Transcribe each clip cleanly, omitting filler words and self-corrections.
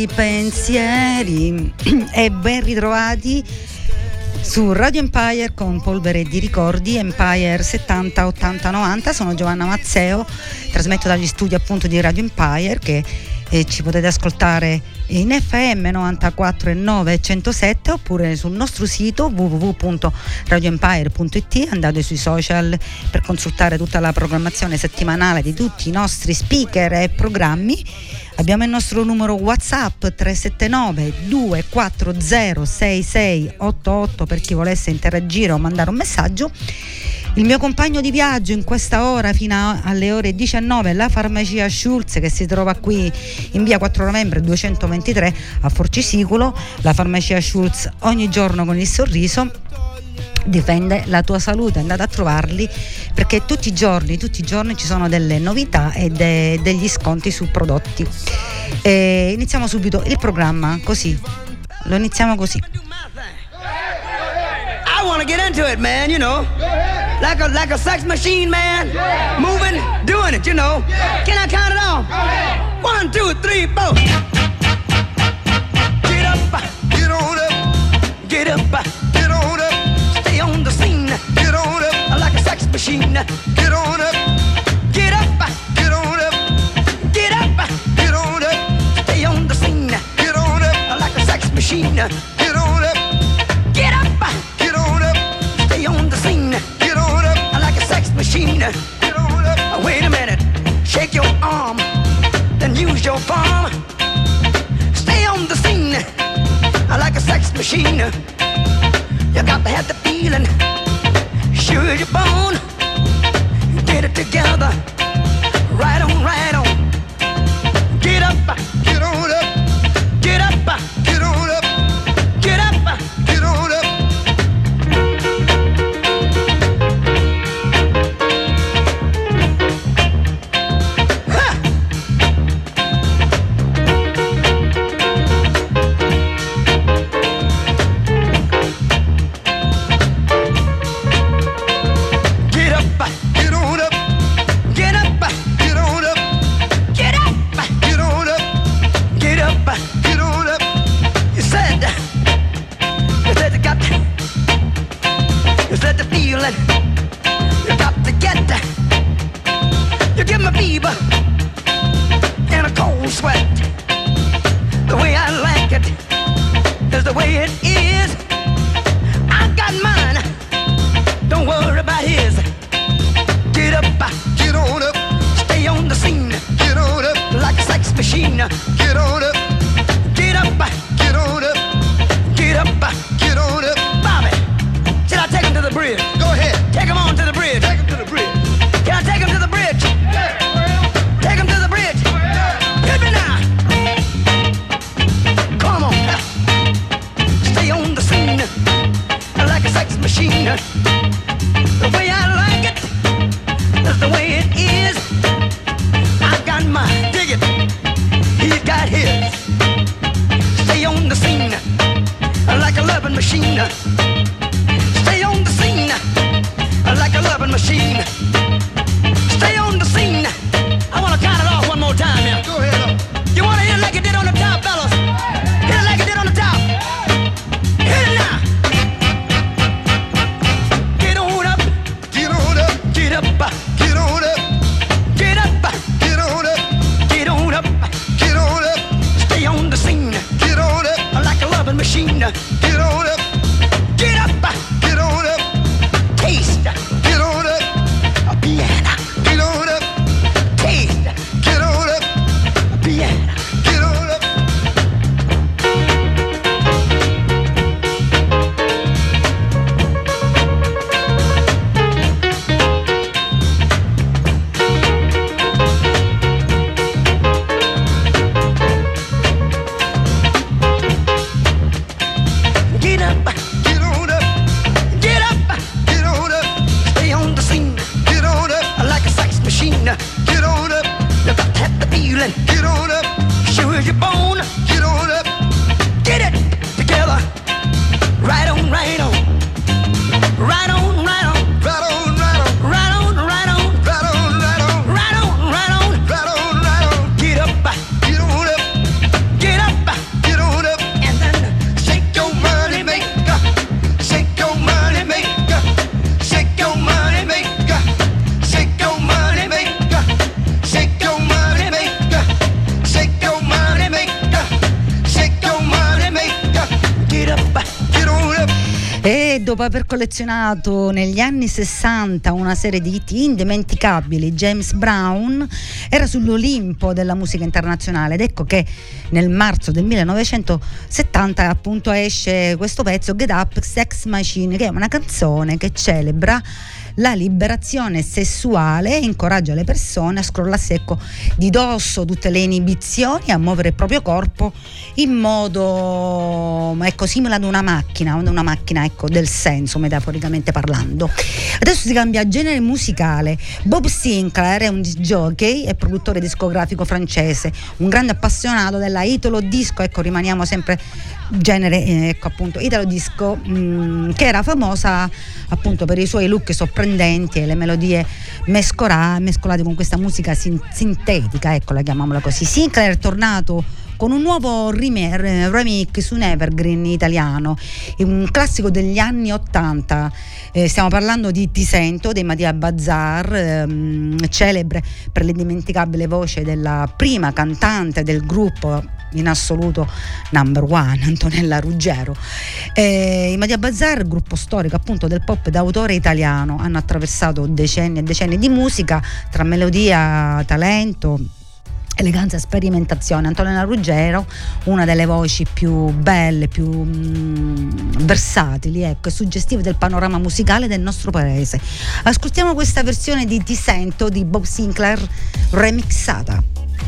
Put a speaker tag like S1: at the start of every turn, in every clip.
S1: nostri pensieri e ben ritrovati su Radio Empire con Polvere di Ricordi, Empire 70 80 90. Sono Giovanna Mazzeo, trasmetto dagli studi appunto di Radio Empire che ci potete ascoltare in FM 94.9 e 107 oppure sul nostro sito www.radioempire.it. andate sui social per consultare tutta la programmazione settimanale di tutti i nostri speaker e programmi. Abbiamo il nostro numero WhatsApp 379 240 6688 per chi volesse interagire o mandare un messaggio. Il mio compagno di viaggio in questa ora fino alle ore 19 è la farmacia Schulz, che si trova qui in via 4 novembre 223 a Forcisiculo. La farmacia Schulz ogni giorno con il sorriso difende la tua salute. Andate a trovarli perché tutti i giorni ci sono delle novità e degli sconti su prodotti. Iniziamo subito il programma così. Lo iniziamo così.
S2: I want to get into it, man, you know. Like a sex machine, man. Moving, doing it, you know. Can I count it off? 1, 2, 3, 4. Get up, get on up. Get up, get on up. Stay on the scene. Get on up. Like a sex machine. Get on up. Get up, get on up. Get up, get on up. Stay on the scene. Get on up. Like a sex machine. Get on up. Get up. Stay on the scene. Get on up. Like a sex machine. Get on up. Wait a minute. Shake your arm. Then use your palm. Stay on the scene. Like a sex machine. You got to have the feeling. Sure as you're born. Get it together. Right on, right on. Get up. Get on up. Get up. Get on up. Get up. Get on up. Get up.
S1: dopo aver collezionato negli anni 60 una serie di hit indimenticabili, James Brown era sull'Olimpo della musica internazionale, ed ecco che nel marzo del 1970 appunto esce questo pezzo, Get Up Sex Machine, che è una canzone che celebra la liberazione sessuale e incoraggia le persone a scrollarsi, ecco, di dosso tutte le inibizioni, a muovere il proprio corpo in modo, ecco, simile ad una macchina, ecco, del senso, metaforicamente parlando. Adesso si cambia genere musicale. Bob Sinclair è un disc jockey e produttore discografico francese, un grande appassionato della italo disco, ecco, rimaniamo sempre genere, ecco, appunto italo disco, che era famosa appunto per i suoi look sorprendenti e le melodie mescolate con questa musica sintetica, ecco, la chiamiamola così. Sinclair è tornato con un nuovo remix su un evergreen italiano, un classico degli anni 80. Stiamo parlando di Ti Sento dei Mattia Bazar, celebre per l'indimenticabile voce della prima cantante del gruppo in assoluto number one, Antonella Ruggero. I Mattia Bazar, gruppo storico appunto del pop d'autore italiano, hanno attraversato decenni e decenni di musica tra melodia, talento, eleganza e sperimentazione. Antonella Ruggero, una delle voci più belle, più versatili, ecco, e suggestive del panorama musicale del nostro paese. Ascoltiamo questa versione di Ti Sento di Bob Sinclair remixata.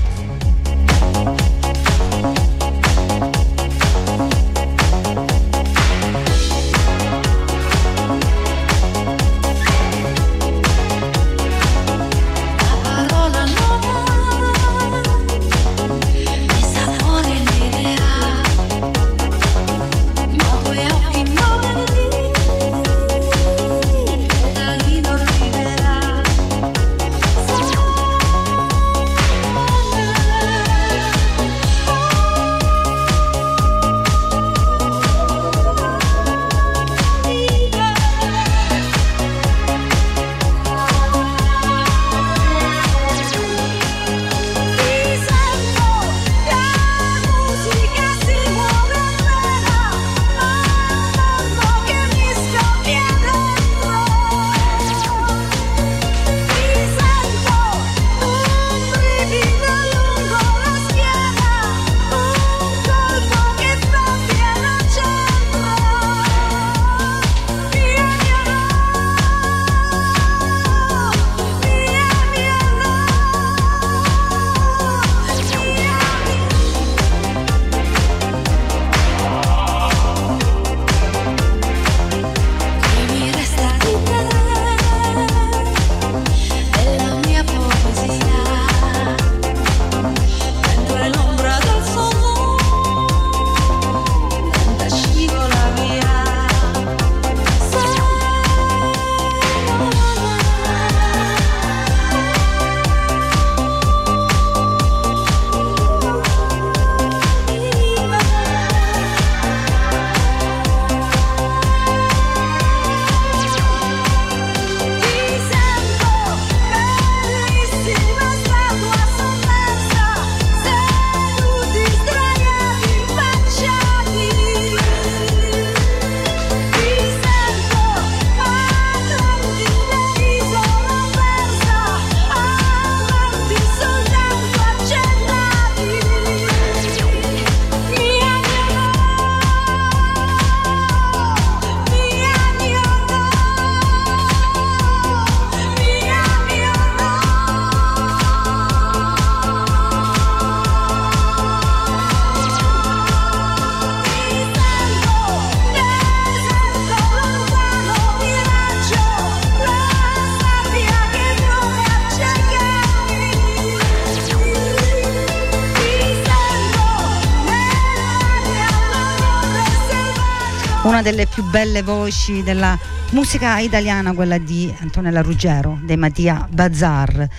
S1: Una delle più belle voci della musica italiana, quella di Antonella Ruggero, dei Mattia Bazar.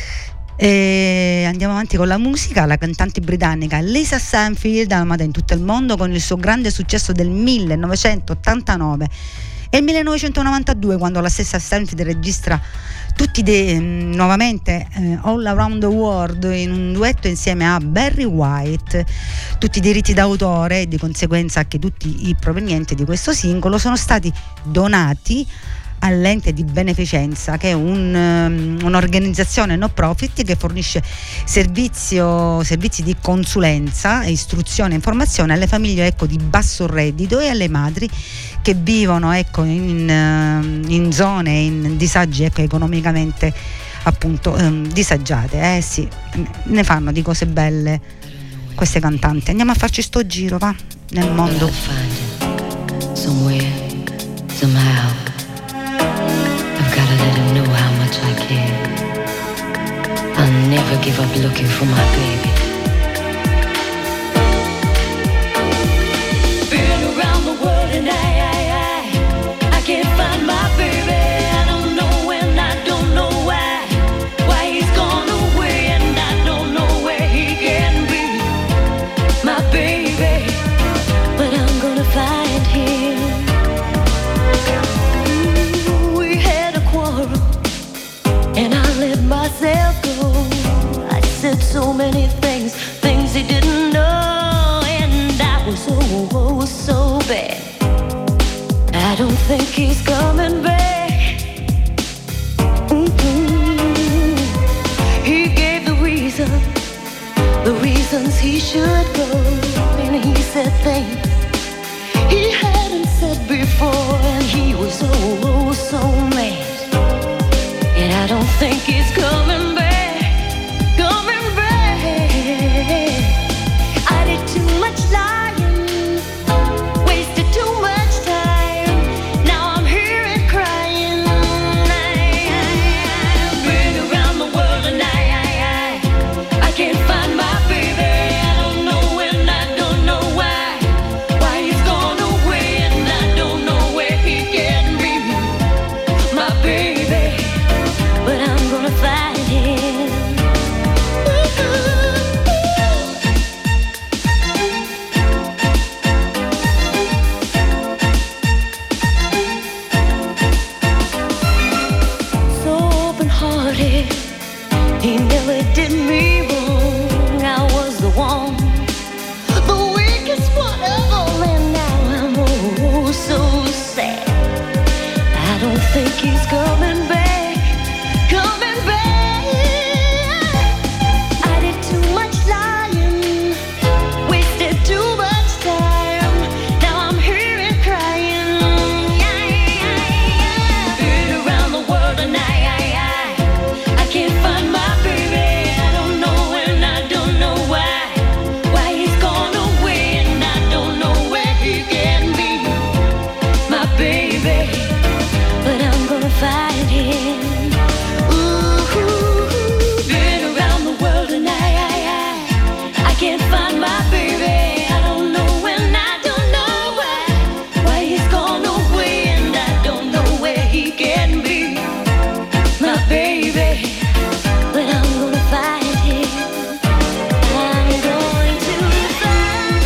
S1: E andiamo avanti con la musica. La cantante britannica Lisa Stanfield, amata in tutto il mondo con il suo grande successo del 1989, È il 1992 quando la stessa Stanfield registra nuovamente All Around the World in un duetto insieme a Barry White. Tutti i diritti d'autore e di conseguenza anche tutti i provenienti di questo singolo sono stati donati all'ente di beneficenza, che è un'organizzazione no profit che fornisce servizi di consulenza, istruzione e informazione alle famiglie di basso reddito e alle madri che vivono in zone in disagi economicamente appunto disagiate. Sì, ne fanno di cose belle queste cantanti. Andiamo a farci sto giro, va, nel mondo.
S3: Gotta let him know how much I care. I'll never give up looking for my baby. Been around the world and I can't find my baby. I don't know when, I don't know why he's gone away, and I don't know where he can be. My baby, but I'm gonna find him. And I let myself go. I said so many things he didn't know, and I was so bad. I don't think he's coming back. He gave the reasons he should go, and he said things he hadn't said before, and he was so mad. And I don't think he's coming back, coming back. I did too much lying, wasted too much time. Now I'm here and crying. I've been around the world and I can't find my baby. I don't know when, I don't know why he's gone away, and I don't know where he can be. My baby, but I'm gonna find him. So open-hearted, he never did me wrong. I was the one, the weakest one of all, and now I'm so sad. I don't think he's coming back. Find him. Ooh, been around the world and I can't find my baby. I don't know when, I don't know why he's gone away, and I don't know where he can be. My baby, but I'm gonna find him. I'm going to find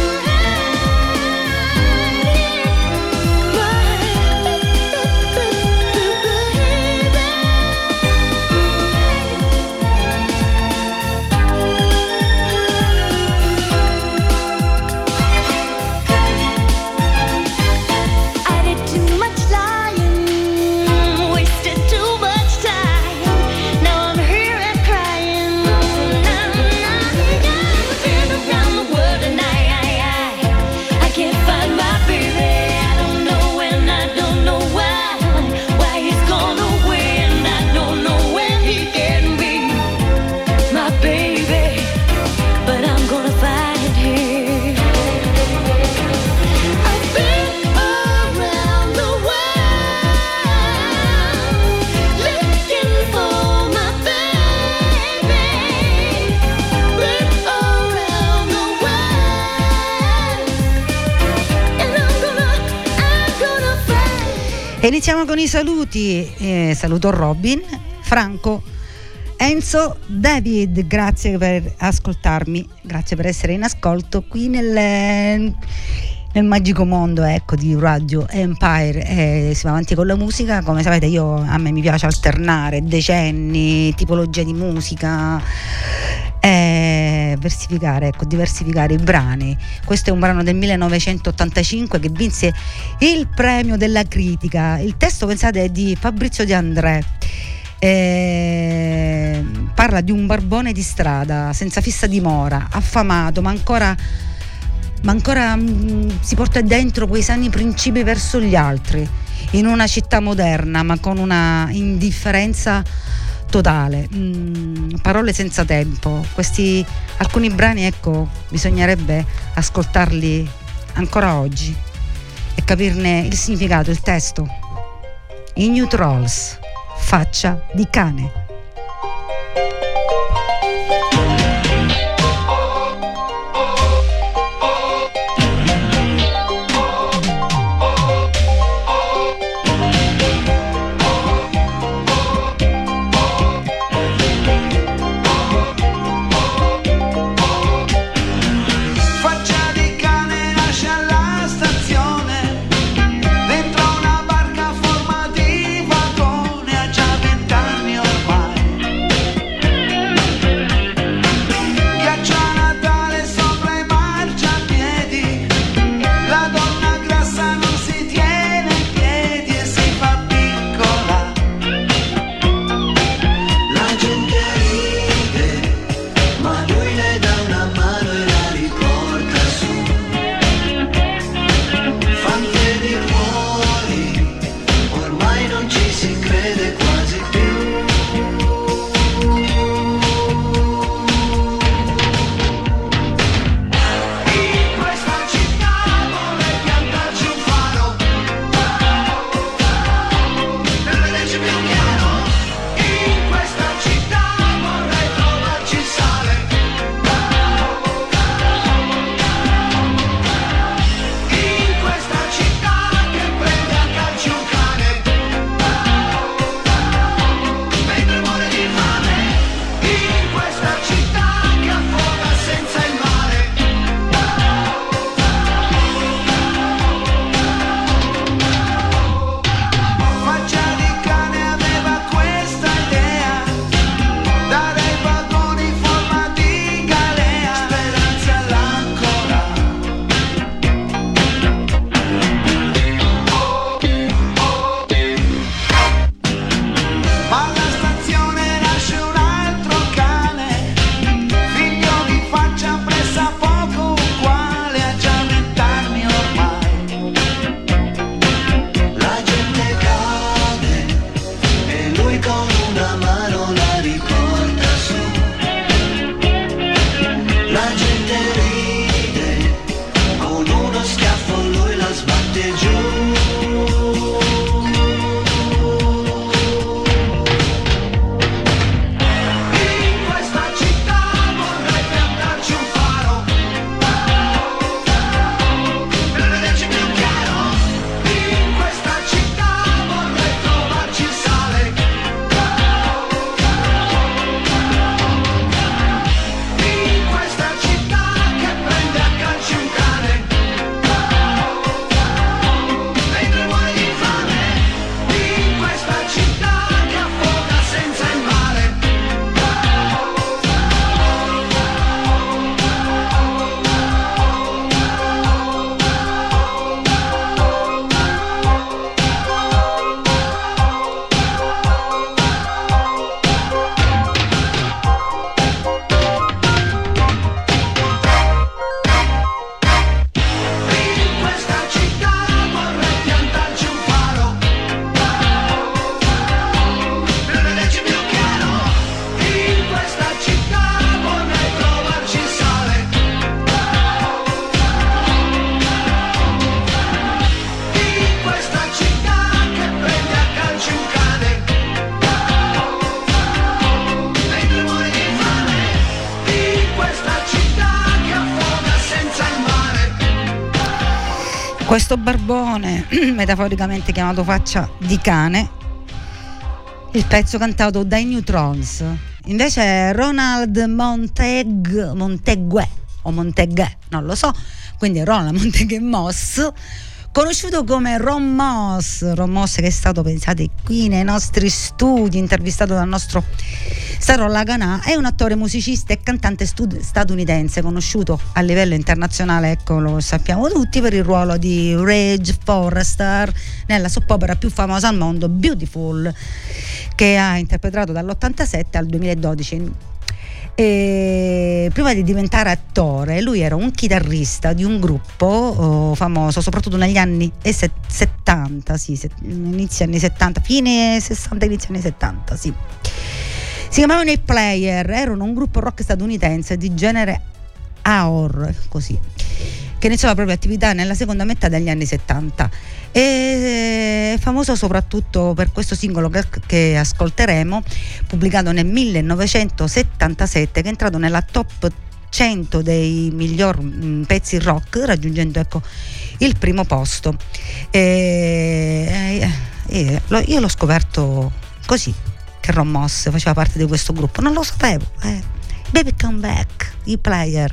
S1: E iniziamo con i saluti. Saluto Robin, Franco, Enzo, David, grazie per ascoltarmi, grazie per essere in ascolto qui nel nel magico mondo, ecco, di Radio Empire. Si va avanti con la musica. Come sapete, a me mi piace alternare decenni, tipologie di musica, diversificare i brani. Questo è un brano del 1985 che vinse il premio della critica. Il testo, pensate, è di Fabrizio De André. Parla di un barbone di strada senza fissa dimora, affamato, ma ancora si porta dentro quei sani principi verso gli altri, in una città moderna ma con una indifferenza totale. Parole senza tempo. Alcuni brani, ecco, bisognerebbe ascoltarli ancora oggi e capirne il significato, il testo. I New Trolls, Faccia di cane. Questo barbone, metaforicamente chiamato Faccia di cane, il pezzo cantato dai New Trolls. Invece Ronald Montegue, non lo so, quindi Ronald Montague Moss, conosciuto come Ron Moss, che è stato, pensate, qui nei nostri studi, intervistato dal nostro Saro Laganà. È un attore, musicista e cantante statunitense, conosciuto a livello internazionale, ecco, lo sappiamo tutti, per il ruolo di Reg Forrester nella soap opera più famosa al mondo, Beautiful, che ha interpretato dall'87 al 2012. E prima di diventare attore, lui era un chitarrista di un gruppo famoso soprattutto negli anni 70, inizio anni 70, fine 60, inizio anni 70, sì. Si chiamavano i Player, erano un gruppo rock statunitense di genere AOR, così, che iniziò la propria attività nella seconda metà degli anni 70. È famoso soprattutto per questo singolo che ascolteremo, pubblicato nel 1977, che è entrato nella top 100 dei miglior pezzi rock, raggiungendo, ecco, il primo posto. Io l'ho scoperto così, che Ron Moss faceva parte di questo gruppo, non lo sapevo. Baby Come Back, i Player.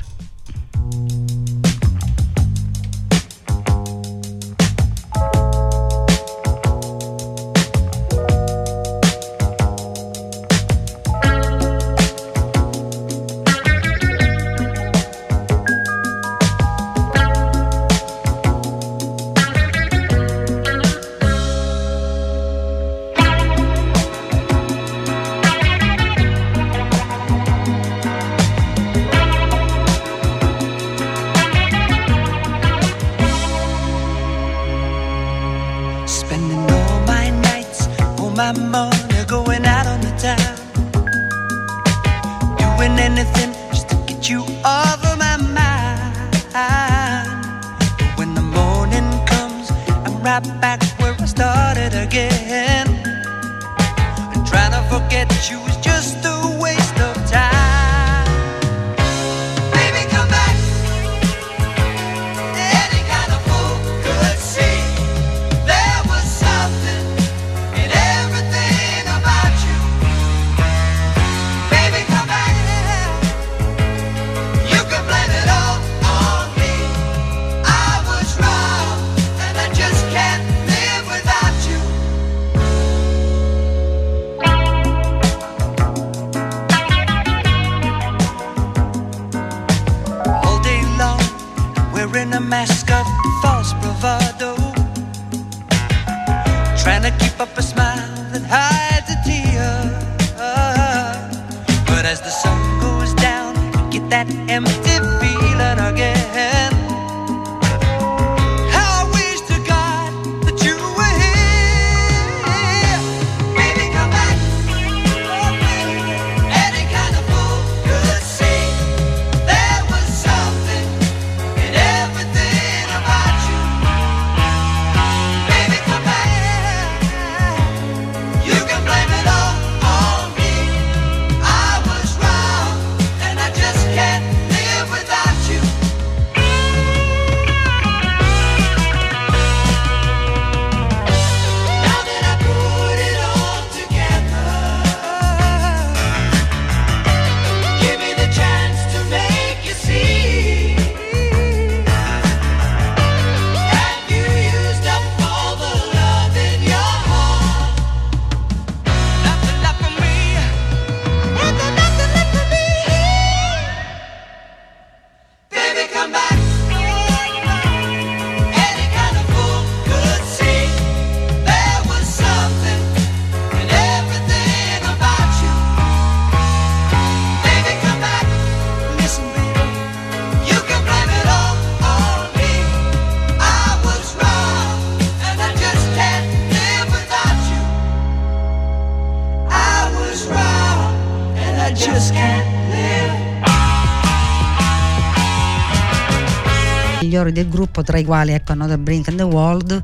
S2: My money going out on the town, doing anything just to get you off of my mind. But when the morning comes, I'm right back where I started again, and trying to forget you is just a waste of time. Baby, come back. Any kind of fool could see there was something in everything about you. Baby, come back. You can blame it all on me. I was wrong, and I just can't live without you. All day long, wearing a mask of false bravado, trying to keep up a smile that hides a tear. But as the sun goes down, you get that empty feeling again. How I wish to God that you were here. Baby, come back. Any kind of fool could see there was something in everything about you. Baby, come back. You can blame it all on me. I was wrong, and I just can't live without you. Now that I put it all together, give me the chance to make you see. Have you used up all the love in your heart? Nothing left for me. Nothing left for me. Baby, come back. Any kind of fool could see there was something in everything about you. Baby, come back. Listen, baby, you can blame it all on me. I was wrong, and I just can't live without you. I was wrong, and I just can't live.
S1: Migliori del gruppo, tra i quali, ecco, Another Brick in the World.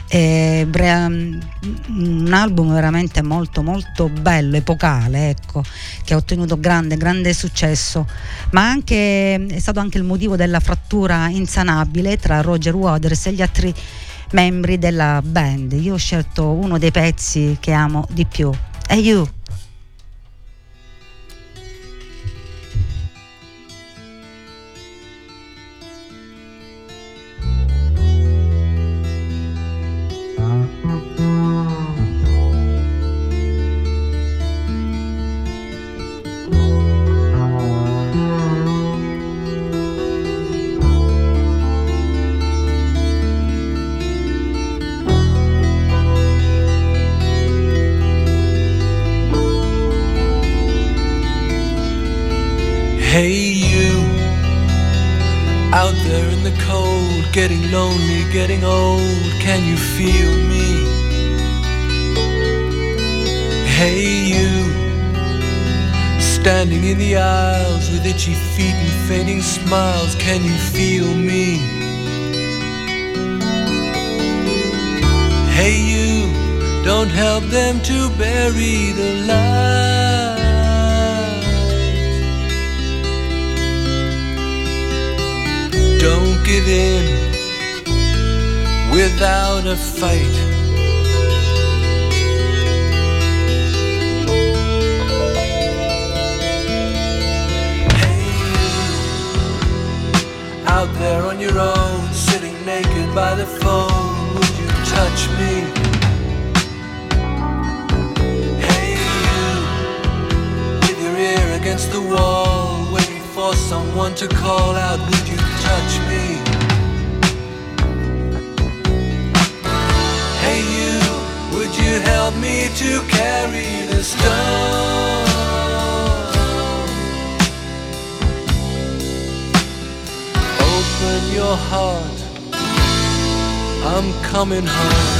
S1: Un album veramente molto molto bello, epocale, ecco, che ha ottenuto grande successo, ma anche è stato anche il motivo della frattura insanabile tra Roger Waters e gli altri membri della band. Io ho scelto uno dei pezzi che amo di più, Hey You.
S4: Hey you, out there in the cold, getting lonely, getting old, can you feel me? Hey you, standing in the aisles with itchy feet and fading smiles, can you feel me? Hey you, don't help them to bury the light. Don't give in without a fight. Hey you, out there on your own, sitting naked by the phone, would you touch me? Hey you, with your ear against the wall, waiting for someone to call out, would you touch me? Hey you, would you help me to carry the stone? Open your heart, I'm coming home.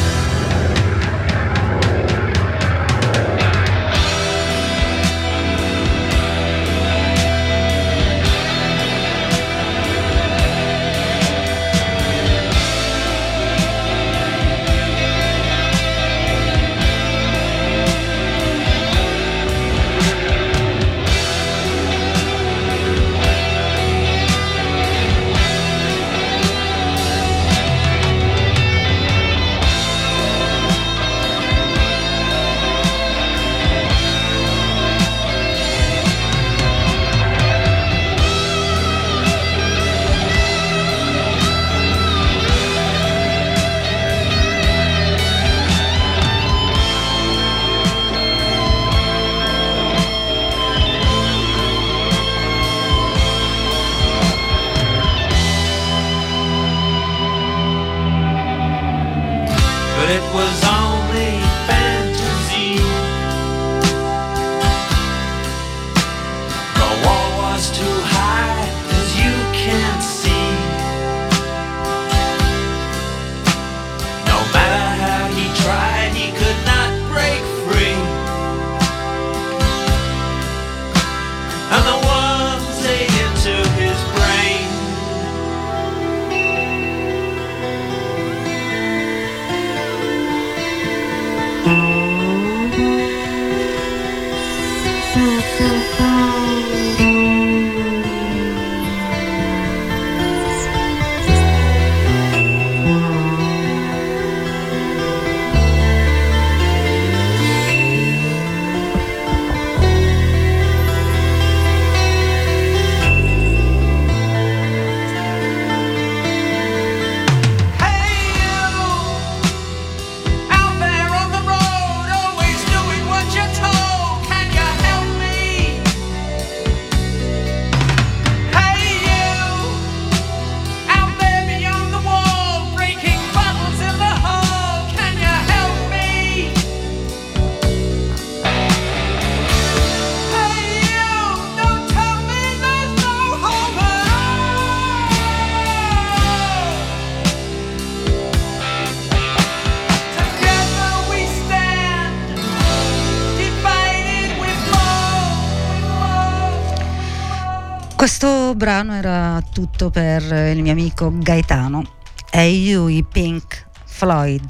S1: Questo brano era tutto per il mio amico Gaetano e You, i Pink Floyd.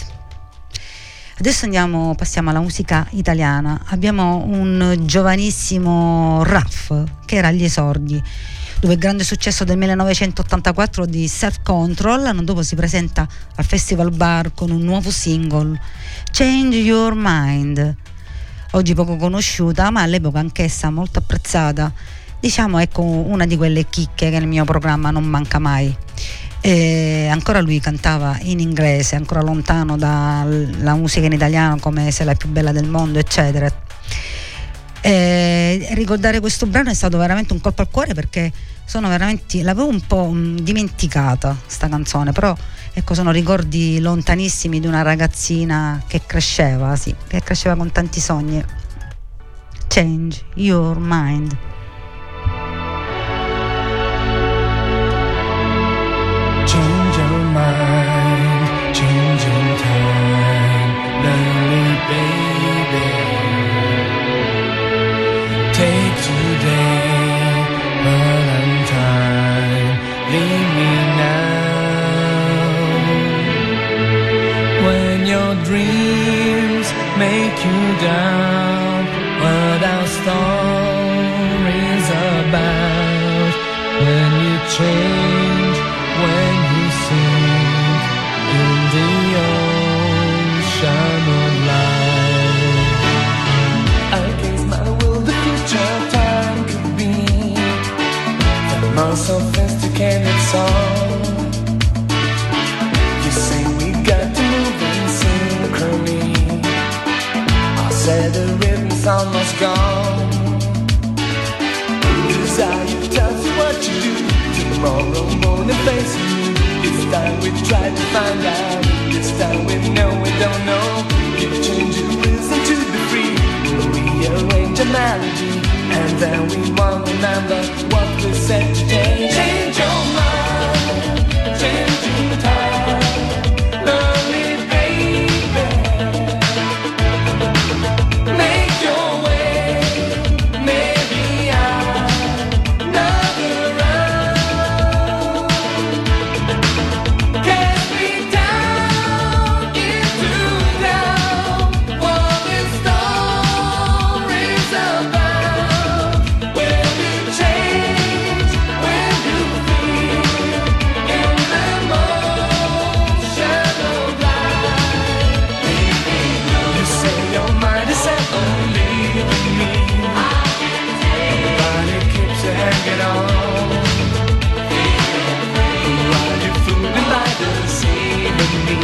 S1: Adesso passiamo alla musica italiana. Abbiamo un giovanissimo Raff che era agli esordi, dove il grande successo del 1984 di Self Control, l'anno dopo si presenta al Festival Bar con un nuovo singolo, Change Your Mind, oggi poco conosciuta ma all'epoca anch'essa molto apprezzata. Diciamo, ecco, una di quelle chicche che nel mio programma non manca mai. Ancora lui cantava in inglese, ancora lontano dalla musica in italiano come Se la più bella del mondo, eccetera. Ricordare questo brano è stato veramente un colpo al cuore, perché l'avevo un po' dimenticata sta canzone, però ecco, sono ricordi lontanissimi di una ragazzina che cresceva con tanti sogni. Change Your Mind.
S5: more sophisticated song. You say we got to move in synchrony. I said the rhythm's almost gone. Desire tells you what you do. Tomorrow morning facing you. This time we try to find out. This time we know we don't know. You change your reason to be free. Rearrange a melody, and then we won't remember what we said today. Change your mind, change your time, lonely baby. Make your way, maybe another round. Get me down into down. What this story's about. Will you change? Will you feel in the motion of life? You say your mind is set on leaving me. Nobody keeps you hanging on. While you're fooling by the sea with me.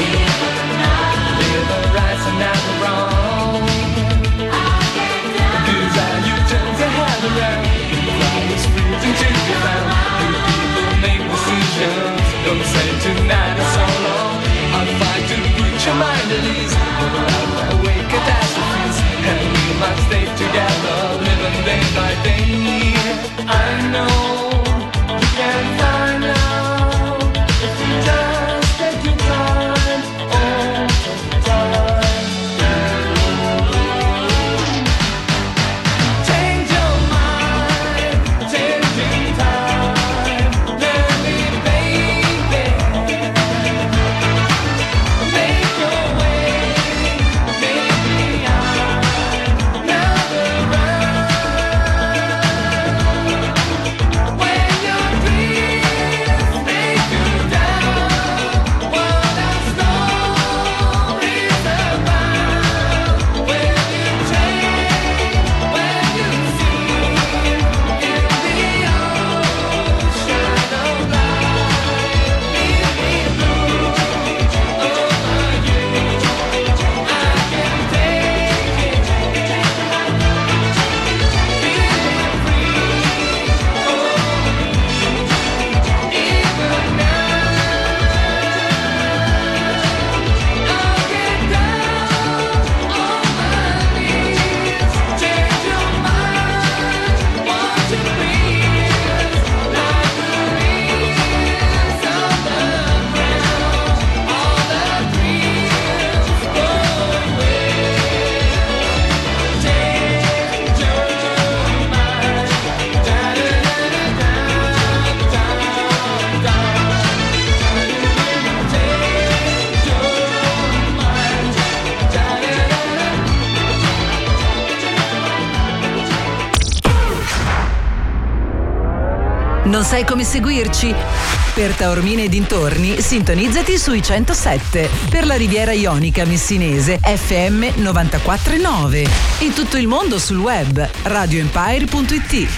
S5: Live the right and not the wrong. Desire you turn your head around. While it's freezing to the ground. You people make decisions. Don't say tonight is so long. I'll fight to put your mind at ease. Without awake catastrophes. And we must stay together. Living day by day. I know you can find out. If you just take your time. All the time. Change your mind, change your time, let me baby. Make your way, maybe another round. When your dreams make you down, what our story's about. When you change, when you see in the ocean of life, leave me blue over you. I can take it, feeling free over me, even now. I'll get down on my knees, change your mind, want to please, like the leaves on the ground, all the dreams go away. Change your mind,
S6: Non sai come seguirci? Per Taormina e dintorni, sintonizzati sui 107. Per la Riviera Ionica Messinese, FM 94.9. In tutto il mondo sul web, radioempire.it.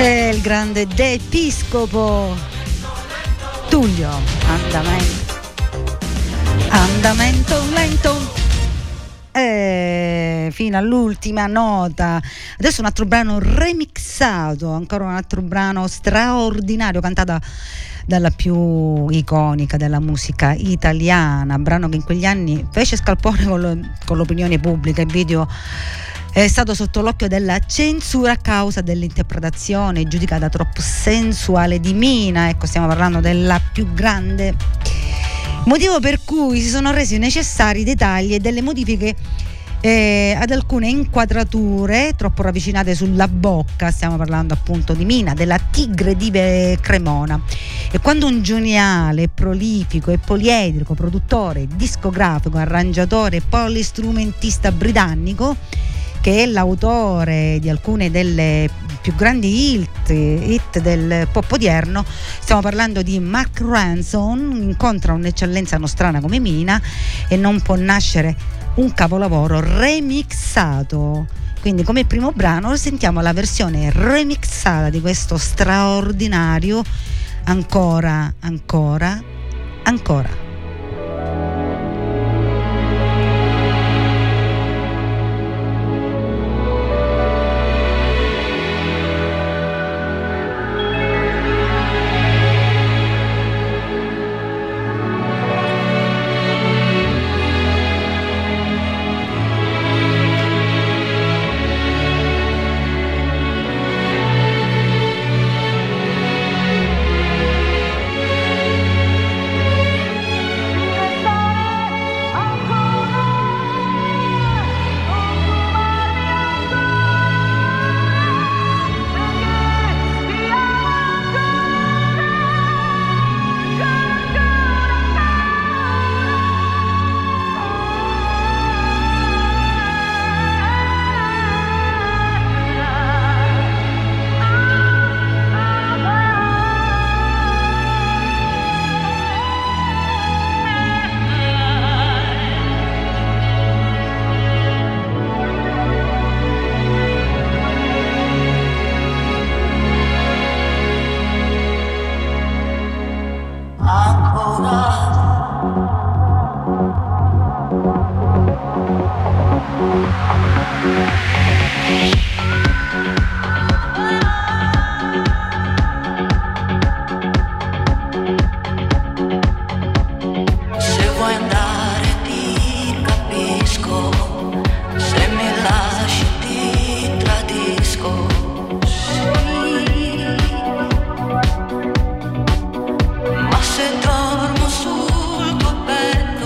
S1: E il grande D'Episcopo Tullio, andamento lento. Fino all'ultima nota. Adesso un altro brano remixato, ancora un altro brano straordinario, cantata dalla più iconica della musica italiana, brano che in quegli anni fece scalpore con l'opinione pubblica. Il video è stato sotto l'occhio della censura a causa dell'interpretazione giudicata troppo sensuale di Mina. Ecco, stiamo parlando della più grande, motivo per cui si sono resi necessari dei tagli e delle modifiche ad alcune inquadrature troppo ravvicinate sulla bocca. Stiamo parlando appunto di Mina, della tigre di Cremona. E quando un geniale, prolifico e poliedrico produttore discografico, arrangiatore e polistrumentista britannico, che è l'autore di alcune delle più grandi hit del pop odierno, stiamo parlando di Mark Ronson, incontra un'eccellenza nostrana come Mina e non può nascere un capolavoro remixato. Quindi come primo brano sentiamo la versione remixata di questo straordinario Ancora.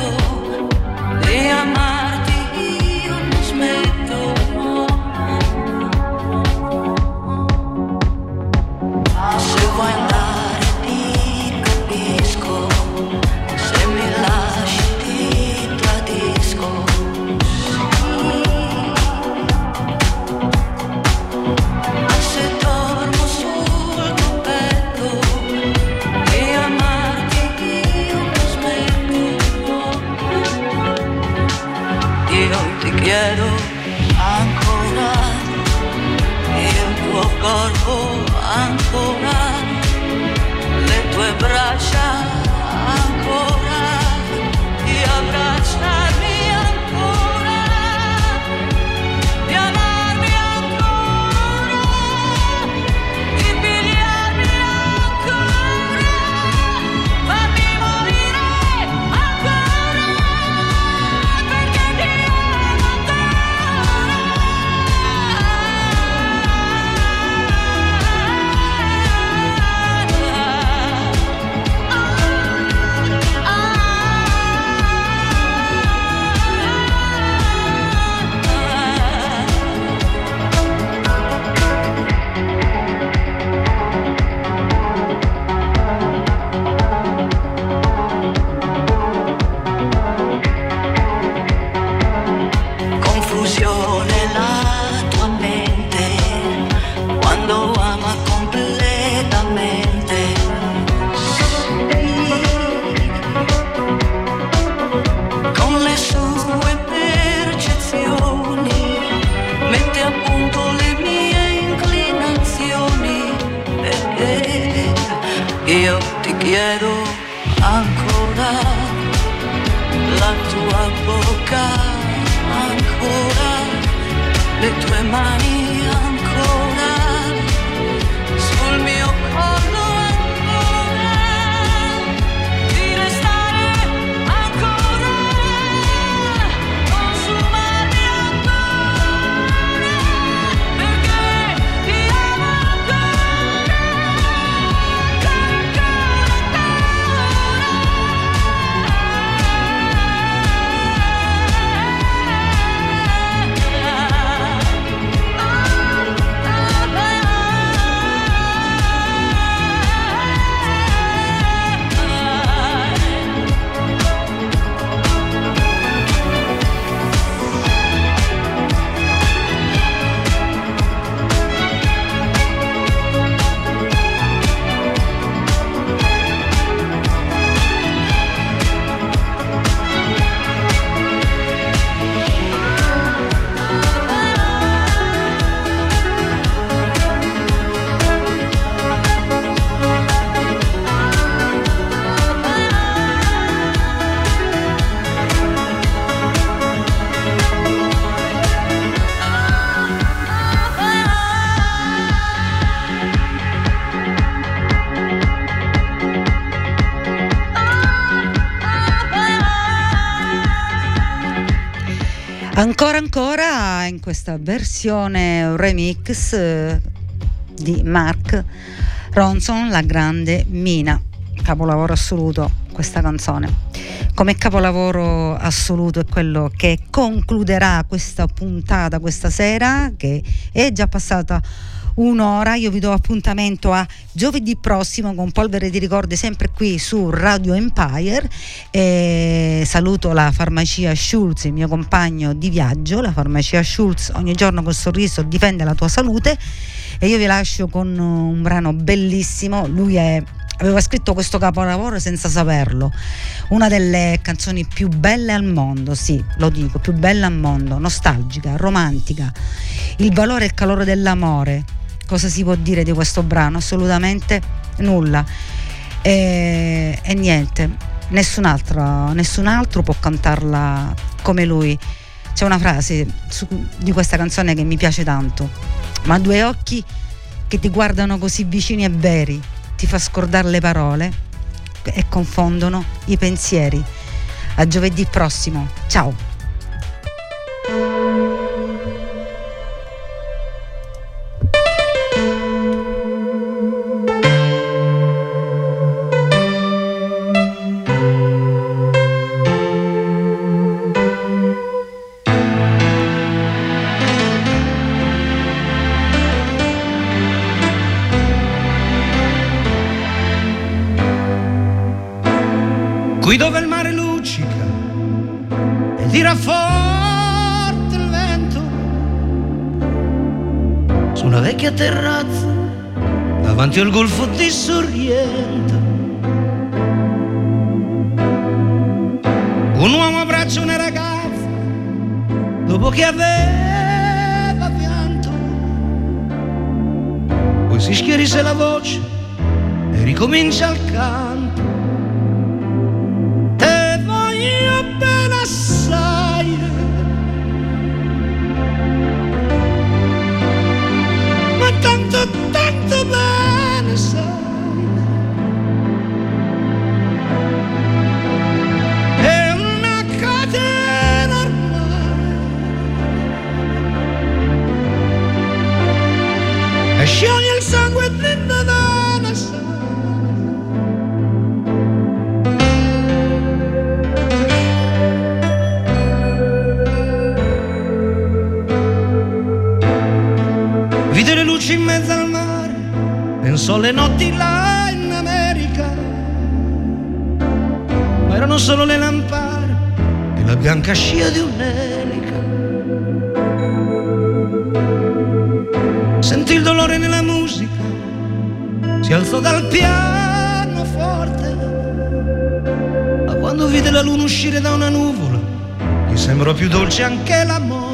S3: Amarti io non smetto
S7: bocca ancora, le tue mani ancora sul mio collo ancora, di restare ancora, consumarmi ancora, perché ti amo ancora, ancora,
S1: Ancora in questa versione remix di Mark Ronson, La Grande Mina. Capolavoro assoluto questa canzone. Come capolavoro assoluto è quello che concluderà questa puntata questa sera, che è già passata un'ora. Io vi do appuntamento a giovedì prossimo con Polvere di Ricordi, sempre qui su Radio Empire. Saluto la farmacia Schulz, il mio compagno di viaggio. La farmacia Schulz ogni giorno col sorriso difende la tua salute, e io vi lascio con un brano bellissimo. Lui aveva scritto questo capolavoro senza saperlo, una delle canzoni più belle al mondo, sì, lo dico, più bella al mondo, nostalgica, romantica, il valore e il calore dell'amore. Cosa si può dire di questo brano? Assolutamente nulla. E niente, nessun altro può cantarla come lui. C'è una frase di questa canzone che mi piace tanto: ma due occhi che ti guardano così vicini e veri ti fa scordare le parole e confondono i pensieri. A giovedì prossimo, ciao.
S8: Qui dove il mare luccica e tira forte il vento, su una vecchia terrazza davanti al golfo di Sorrento, un uomo abbraccia una ragazza dopo che aveva pianto, poi si schierisse la voce e ricomincia il canto. Tanto bene sai, è una catena ormai, e scioglie il sangue dentro da ne sai. Vide le luci in mezzo al mare, pensò alle notti là in America, ma erano solo le lampade e la bianca scia di un'elica. Sentì il dolore nella musica, si alzò dal pianoforte, ma quando vide la luna uscire da una nuvola, gli sembrò più dolce anche la morte.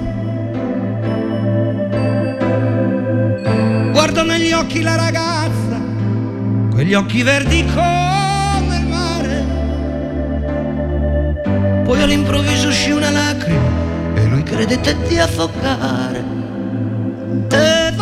S8: Guardò negli occhi la ragazza, quegli occhi verdi come il mare, poi all'improvviso uscì una lacrima e lui credette di affogare. E